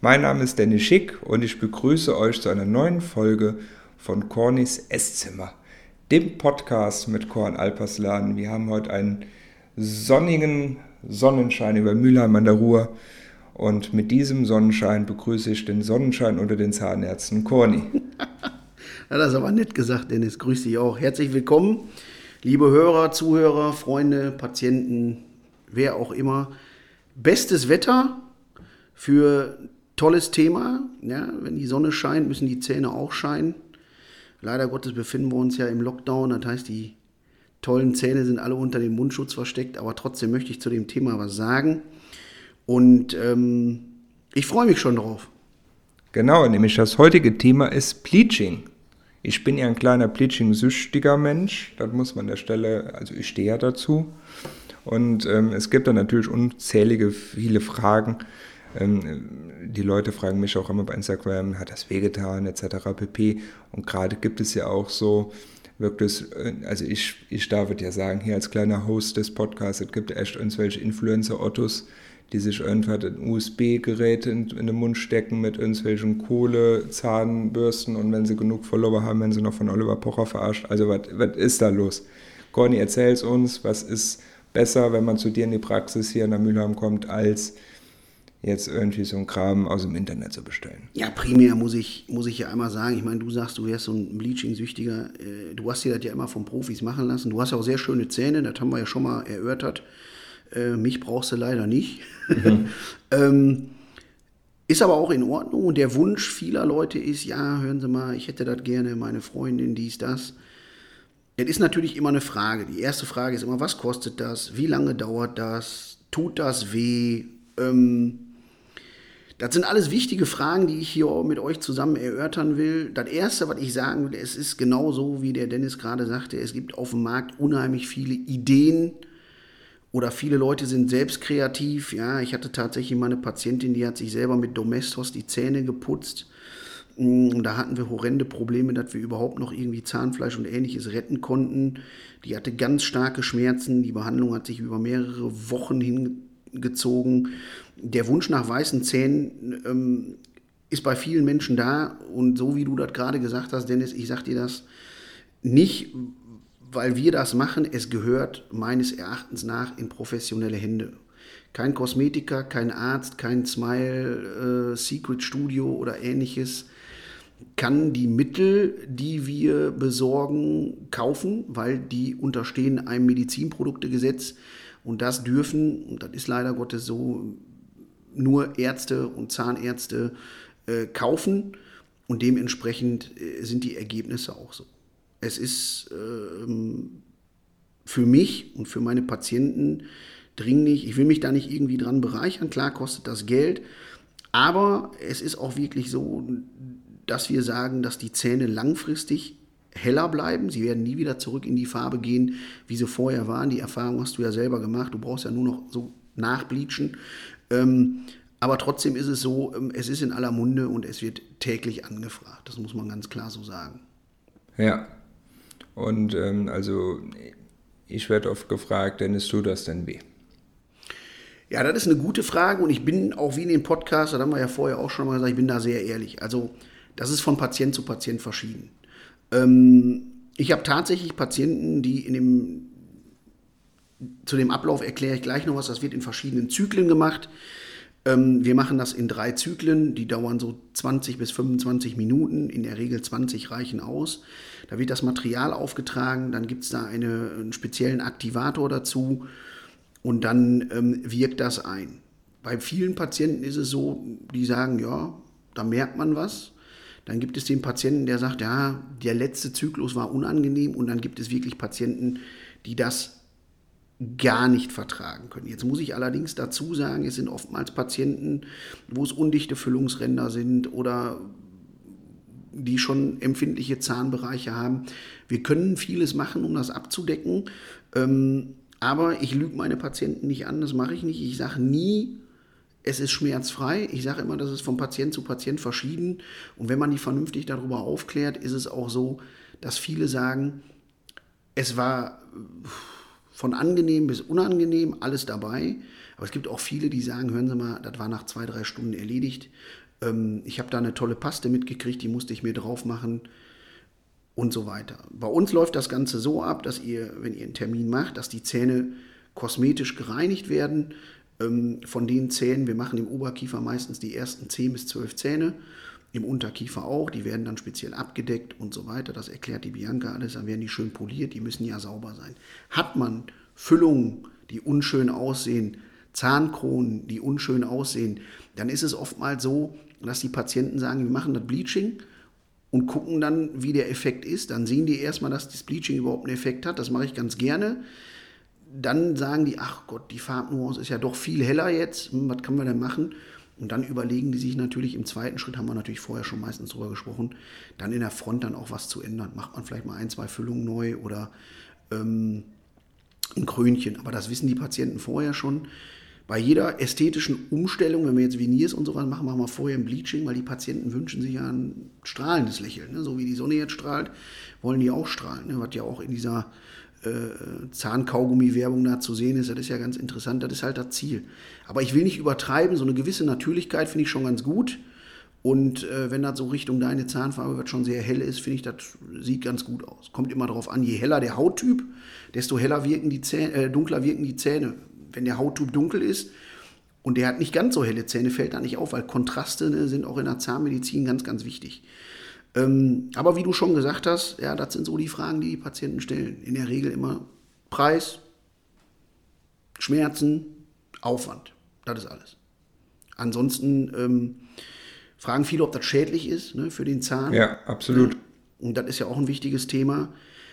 Mein Name ist Dennis Schick und ich begrüße euch zu einer neuen Folge von Cornys Esszimmer, dem Podcast mit Corn Alperslan. Wir haben heute einen sonnigen Sonnenschein über Mülheim an der Ruhr und mit diesem Sonnenschein begrüße ich den Sonnenschein unter den Zahnärzten, Corny. Ja, das ist aber nett gesagt, Dennis. Grüß dich auch. Herzlich willkommen, liebe Hörer, Zuhörer, Freunde, Patienten, wer auch immer. Bestes Wetter für tolles Thema. Ja, wenn die Sonne scheint, müssen die Zähne auch scheinen. Leider Gottes befinden wir uns ja im Lockdown. Das heißt, die tollen Zähne sind alle unter dem Mundschutz versteckt. Aber trotzdem möchte ich zu dem Thema was sagen. Und ich freue mich schon drauf. Genau, nämlich das heutige Thema ist Bleaching. Ich bin ja ein kleiner Bleaching-süchtiger Mensch, das muss man an der Stelle, also ich stehe ja dazu. Und es gibt da natürlich unzählige, viele Fragen. Die Leute fragen mich auch immer bei Instagram, hat das wehgetan, etc. pp. Und gerade gibt es ja auch so wirklich, also ich darf es ja sagen, hier als kleiner Host des Podcasts, es gibt echt irgendwelche Influencer-Ottos, die sich irgendwann ein USB-Gerät in den Mund stecken mit irgendwelchen Kohle-Zahnbürsten und wenn sie genug Follower haben, werden sie noch von Oliver Pocher verarscht. Also was ist da los? Corny, erzähl's uns, was ist besser, wenn man zu dir in die Praxis hier in der Mülheim kommt, als jetzt irgendwie so ein Kram aus dem Internet zu bestellen? Ja, primär muss ich ja einmal sagen, ich meine, du sagst, du wärst so ein Bleaching-Süchtiger, du hast dir das ja immer von Profis machen lassen, du hast ja auch sehr schöne Zähne, das haben wir ja schon mal erörtert. Mich brauchst du leider nicht. Mhm. Ist aber auch in Ordnung. Und der Wunsch vieler Leute ist, ja, hören Sie mal, ich hätte das gerne, meine Freundin, dies, das. Es ist natürlich immer eine Frage. Die erste Frage ist immer, was kostet das? Wie lange dauert das? Tut das weh? Das sind alles wichtige Fragen, die ich hier mit euch zusammen erörtern will. Das Erste, was ich sagen will, es ist genau so, wie der Dennis gerade sagte, es gibt auf dem Markt unheimlich viele Ideen, oder viele Leute sind selbst kreativ. Ja, ich hatte tatsächlich mal eine Patientin, die hat sich selber mit Domestos die Zähne geputzt. Und da hatten wir horrende Probleme, dass wir überhaupt noch irgendwie Zahnfleisch und Ähnliches retten konnten. Die hatte ganz starke Schmerzen. Die Behandlung hat sich über mehrere Wochen hingezogen. Der Wunsch nach weißen Zähnen ist bei vielen Menschen da. Und so wie du das gerade gesagt hast, Dennis, ich sag dir das nicht, weil wir das machen, es gehört meines Erachtens nach in professionelle Hände. Kein Kosmetiker, kein Arzt, kein Smile Secret Studio oder ähnliches kann die Mittel, die wir besorgen, kaufen, weil die unterstehen einem Medizinproduktegesetz und das dürfen, und das ist leider Gottes so, nur Ärzte und Zahnärzte kaufen und dementsprechend sind die Ergebnisse auch so. Es ist für mich und für meine Patienten dringlich, ich will mich da nicht irgendwie dran bereichern, klar kostet das Geld, aber es ist auch wirklich so, dass wir sagen, dass die Zähne langfristig heller bleiben, sie werden nie wieder zurück in die Farbe gehen, wie sie vorher waren, die Erfahrung hast du ja selber gemacht, du brauchst ja nur noch so nachbleachen, aber trotzdem ist es so, es ist in aller Munde und es wird täglich angefragt, das muss man ganz klar so sagen. Ja. Und also ich werde oft gefragt, Dennis, tut das denn weh? Ja, das ist eine gute Frage und ich bin auch wie in den Podcast, das haben wir ja vorher auch schon mal gesagt, ich bin da sehr ehrlich. Also das ist von Patient zu Patient verschieden. Ich habe tatsächlich Patienten, die zu dem Ablauf erkläre ich gleich noch was, das wird in verschiedenen Zyklen gemacht. Wir machen das in 3 Zyklen, die dauern so 20 bis 25 Minuten, in der Regel 20 reichen aus. Da wird das Material aufgetragen, dann gibt es da einen speziellen Aktivator dazu und dann wirkt das ein. Bei vielen Patienten ist es so, die sagen, ja, da merkt man was. Dann gibt es den Patienten, der sagt, ja, der letzte Zyklus war unangenehm und dann gibt es wirklich Patienten, die das gar nicht vertragen können. Jetzt muss ich allerdings dazu sagen, es sind oftmals Patienten, wo es undichte Füllungsränder sind oder die schon empfindliche Zahnbereiche haben. Wir können vieles machen, um das abzudecken, aber ich lüge meine Patienten nicht an, das mache ich nicht. Ich sage nie, es ist schmerzfrei. Ich sage immer, das ist von Patient zu Patient verschieden. Und wenn man die vernünftig darüber aufklärt, ist es auch so, dass viele sagen, es war von angenehm bis unangenehm, alles dabei. Aber es gibt auch viele, die sagen, hören Sie mal, das war nach 2-3 Stunden erledigt. Ich habe da eine tolle Paste mitgekriegt, die musste ich mir drauf machen und so weiter. Bei uns läuft das Ganze so ab, dass ihr, wenn ihr einen Termin macht, dass die Zähne kosmetisch gereinigt werden. Von den Zähnen, wir machen im Oberkiefer meistens die ersten 10 bis 12 Zähne, im Unterkiefer auch, die werden dann speziell abgedeckt und so weiter. Das erklärt die Bianca alles, dann werden die schön poliert, die müssen ja sauber sein. Hat man Füllungen, die unschön aussehen, Zahnkronen, die unschön aussehen, dann ist es oftmals so, dass die Patienten sagen, wir machen das Bleaching und gucken dann, wie der Effekt ist. Dann sehen die erstmal, dass das Bleaching überhaupt einen Effekt hat. Das mache ich ganz gerne. Dann sagen die, ach Gott, die Farbnuance ist ja doch viel heller jetzt. Was können wir denn machen? Und dann überlegen die sich natürlich im zweiten Schritt, haben wir natürlich vorher schon meistens drüber gesprochen, dann in der Front dann auch was zu ändern. Macht man vielleicht mal 1, 2 Füllungen neu oder ein Krönchen. Aber das wissen die Patienten vorher schon. Bei jeder ästhetischen Umstellung, wenn wir jetzt Veneers und sowas machen, machen wir vorher ein Bleaching, weil die Patienten wünschen sich ja ein strahlendes Lächeln. Ne? So wie die Sonne jetzt strahlt, wollen die auch strahlen. Ne? Was ja auch in dieser Zahnkaugummi-Werbung da zu sehen ist, das ist ja ganz interessant, das ist halt das Ziel. Aber ich will nicht übertreiben, so eine gewisse Natürlichkeit finde ich schon ganz gut. Und wenn das so Richtung deine Zahnfarbe wird schon sehr hell ist, finde ich, das sieht ganz gut aus. Kommt immer darauf an, je heller der Hauttyp, desto heller wirken die Zähne, dunkler wirken die Zähne. Wenn der Hauttyp dunkel ist und der hat nicht ganz so helle Zähne, fällt da nicht auf, weil Kontraste, ne, sind auch in der Zahnmedizin ganz, ganz wichtig. Aber wie du schon gesagt hast, ja, das sind so die Fragen, die die Patienten stellen. In der Regel immer Preis, Schmerzen, Aufwand. Das ist alles. Ansonsten fragen viele, ob das schädlich ist, ne, für den Zahn. Ja, absolut. Und das ist ja auch ein wichtiges Thema.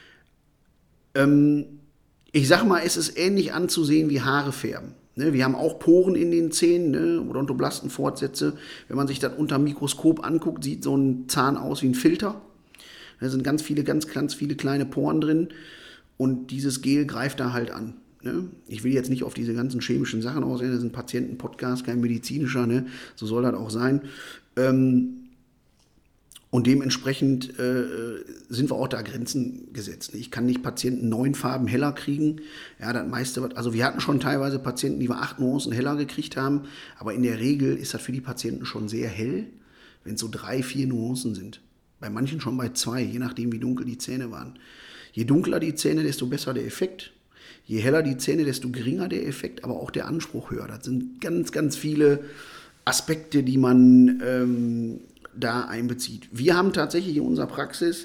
Ich sag mal, es ist ähnlich anzusehen wie Haare färben. Ne, wir haben auch Poren in den Zähnen, ne, Odontoblastenfortsätze. Wenn man sich das unter dem Mikroskop anguckt, sieht so ein Zahn aus wie ein Filter. Da sind ganz viele kleine Poren drin und dieses Gel greift da halt an. Ne? Ich will jetzt nicht auf diese ganzen chemischen Sachen aussehen, das ist ein Patienten-Podcast, kein medizinischer, ne? So soll das auch sein. Und dementsprechend sind wir auch da Grenzen gesetzt. Ich kann nicht Patienten 9 Farben heller kriegen. Ja, das meiste, also wir hatten schon teilweise Patienten, die wir 8 Nuancen heller gekriegt haben, aber in der Regel ist das für die Patienten schon sehr hell, wenn es so 3, 4 Nuancen sind. Bei manchen schon bei 2, je nachdem wie dunkel die Zähne waren. Je dunkler die Zähne, desto besser der Effekt. Je heller die Zähne, desto geringer der Effekt, aber auch der Anspruch höher. Das sind ganz, ganz viele Aspekte, die man da einbezieht. Wir haben tatsächlich in unserer Praxis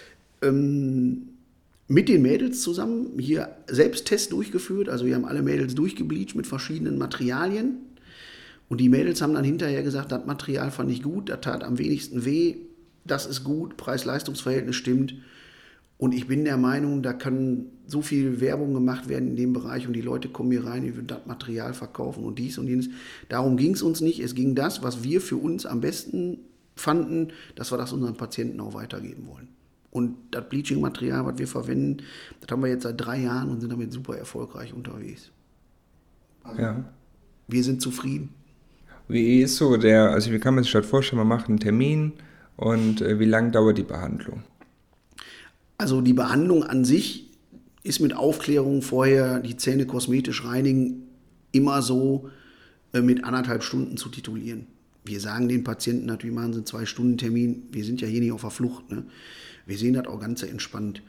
mit den Mädels zusammen hier Selbsttests durchgeführt. Also wir haben alle Mädels durchgebleacht mit verschiedenen Materialien. Und die Mädels haben dann hinterher gesagt, das Material fand ich gut, das tat am wenigsten weh, das ist gut, Preis-Leistungs-Verhältnis stimmt. Und ich bin der Meinung, da kann so viel Werbung gemacht werden in dem Bereich und die Leute kommen hier rein, die würden das Material verkaufen und dies und jenes. Darum ging es uns nicht. Es ging das, was wir für uns am besten fanden, dass wir das unseren Patienten auch weitergeben wollen. Und das Bleaching-Material, was wir verwenden, das haben wir jetzt seit 3 Jahren und sind damit super erfolgreich unterwegs. Also, Ja. wir sind zufrieden. Wie ist so also wie kann man sich das vorstellen, man macht einen Termin und wie lange dauert die Behandlung? Also die Behandlung an sich ist mit Aufklärung vorher, die Zähne kosmetisch reinigen, immer so mit 1,5 Stunden zu titulieren. Wir sagen den Patienten natürlich, machen sie einen 2-Stunden-Termin. Wir sind ja hier nicht auf der Flucht. Ne? Wir sehen das auch ganz entspannt.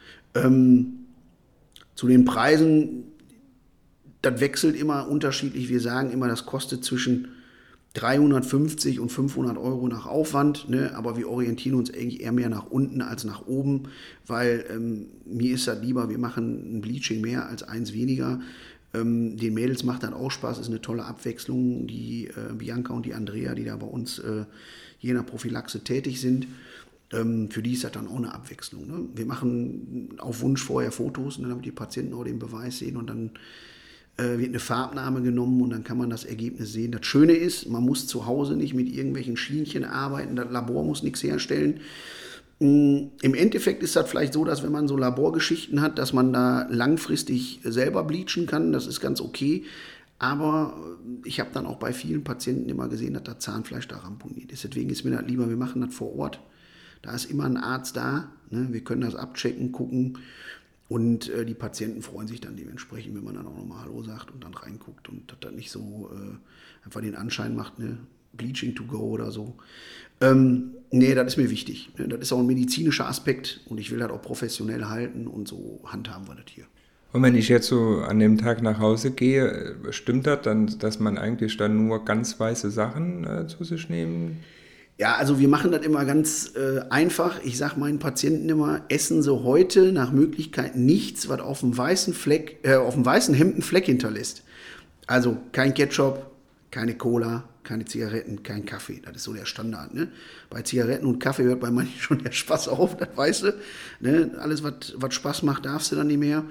Zu den Preisen, das wechselt immer unterschiedlich. Wir sagen immer, das kostet zwischen 350 und 500 Euro nach Aufwand, ne? Aber wir orientieren uns eigentlich eher mehr nach unten als nach oben, weil mir ist das lieber, wir machen ein Bleaching mehr als eins weniger. Den Mädels macht das auch Spaß, ist eine tolle Abwechslung. Die Bianca und die Andrea, die da bei uns je nach Prophylaxe tätig sind, für die ist das dann auch eine Abwechslung. Ne? Wir machen auf Wunsch vorher Fotos, ne, damit die Patienten auch den Beweis sehen und dann wird eine Farbnahme genommen und dann kann man das Ergebnis sehen. Das Schöne ist, man muss zu Hause nicht mit irgendwelchen Schienchen arbeiten, das Labor muss nichts herstellen. Im Endeffekt ist das vielleicht so, dass wenn man so Laborgeschichten hat, dass man da langfristig selber bleachen kann, das ist ganz okay. Aber ich habe dann auch bei vielen Patienten immer gesehen, dass das Zahnfleisch da ramponiert ist. Deswegen ist mir das lieber, wir machen das vor Ort. Da ist immer ein Arzt da, ne? Wir können das abchecken, gucken. Und die Patienten freuen sich dann dementsprechend, wenn man dann auch nochmal Hallo sagt und dann reinguckt und das dann nicht so einfach den Anschein macht, ne? Bleaching to go oder so. Nee, das ist mir wichtig. Ne? Das ist auch ein medizinischer Aspekt und ich will das auch professionell halten und so handhaben wir das hier. Und wenn ich jetzt so an dem Tag nach Hause gehe, stimmt das dann, dass man eigentlich dann nur ganz weiße Sachen zu sich nehmen? Ja, also wir machen das immer ganz einfach. Ich sage meinen Patienten immer, essen Sie heute nach Möglichkeit nichts, was auf dem weißen Hemd einen Fleck hinterlässt. Also kein Ketchup, keine Cola, keine Zigaretten, kein Kaffee. Das ist so der Standard. Ne? Bei Zigaretten und Kaffee hört bei manchen schon der Spaß auf, das weißt du. Ne? Alles, was Spaß macht, darfst du dann nicht mehr.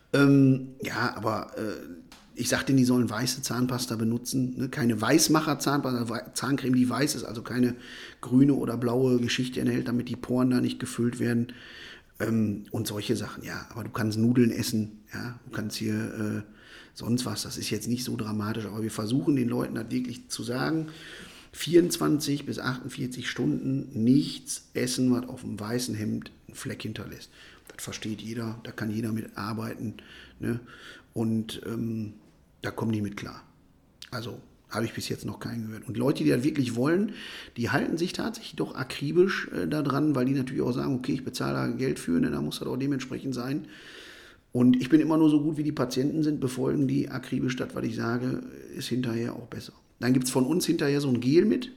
Ja, aber ich sag denen, die sollen weiße Zahnpasta benutzen. Ne? Keine Weißmacher-Zahnpasta, Zahncreme, die weiß ist, also keine grüne oder blaue Geschichte enthält, damit die Poren da nicht gefüllt werden. Und solche Sachen, ja. Aber du kannst Nudeln essen, ja. Du kannst hier sonst was. Das ist jetzt nicht so dramatisch, aber wir versuchen den Leuten das wirklich zu sagen, 24 bis 48 Stunden nichts essen, was auf dem weißen Hemd einen Fleck hinterlässt. Das versteht jeder, da kann jeder mit arbeiten. Ne? Und da kommen die mit klar. Also habe ich bis jetzt noch keinen gehört. Und Leute, die das wirklich wollen, die halten sich tatsächlich doch akribisch daran, weil die natürlich auch sagen, okay, ich bezahle da Geld für, ne? Da muss das auch dementsprechend sein. Und ich bin immer nur so gut, wie die Patienten sind, befolgen die akribisch das, was ich sage, ist hinterher auch besser. Dann gibt es von uns hinterher so ein Gel mit,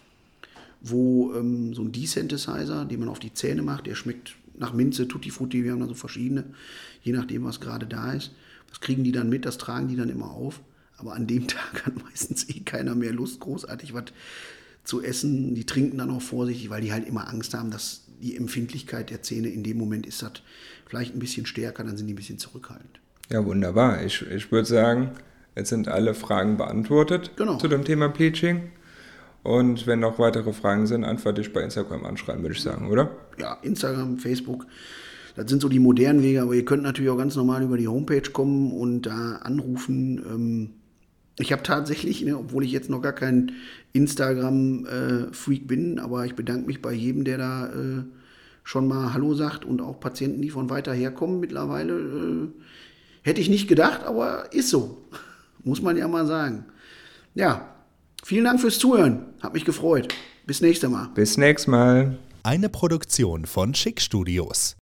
wo so ein Desynthesizer, den man auf die Zähne macht, der schmeckt nach Minze, Tutti Frutti, wir haben da so verschiedene, je nachdem, was gerade da ist. Das kriegen die dann mit, das tragen die dann immer auf. Aber an dem Tag hat meistens keiner mehr Lust, großartig was zu essen. Die trinken dann auch vorsichtig, weil die halt immer Angst haben, dass die Empfindlichkeit der Zähne in dem Moment ist das vielleicht ein bisschen stärker, dann sind die ein bisschen zurückhaltend. Ja, wunderbar. Ich würde sagen, jetzt sind alle Fragen beantwortet zu dem Thema Bleaching. Und wenn noch weitere Fragen sind, antworte ich bei Instagram anschreiben, würde ich sagen, oder? Ja, Instagram, Facebook, das sind so die modernen Wege, aber ihr könnt natürlich auch ganz normal über die Homepage kommen und da anrufen. Ich habe tatsächlich, ne, obwohl ich jetzt noch gar kein Instagram-Freak bin, aber ich bedanke mich bei jedem, der da schon mal Hallo sagt und auch Patienten, die von weiter her kommen mittlerweile. Hätte ich nicht gedacht, aber ist so. Muss man ja mal sagen. Ja, vielen Dank fürs Zuhören. Hat mich gefreut. Bis nächstes Mal. Bis nächstes Mal. Eine Produktion von Schick Studios.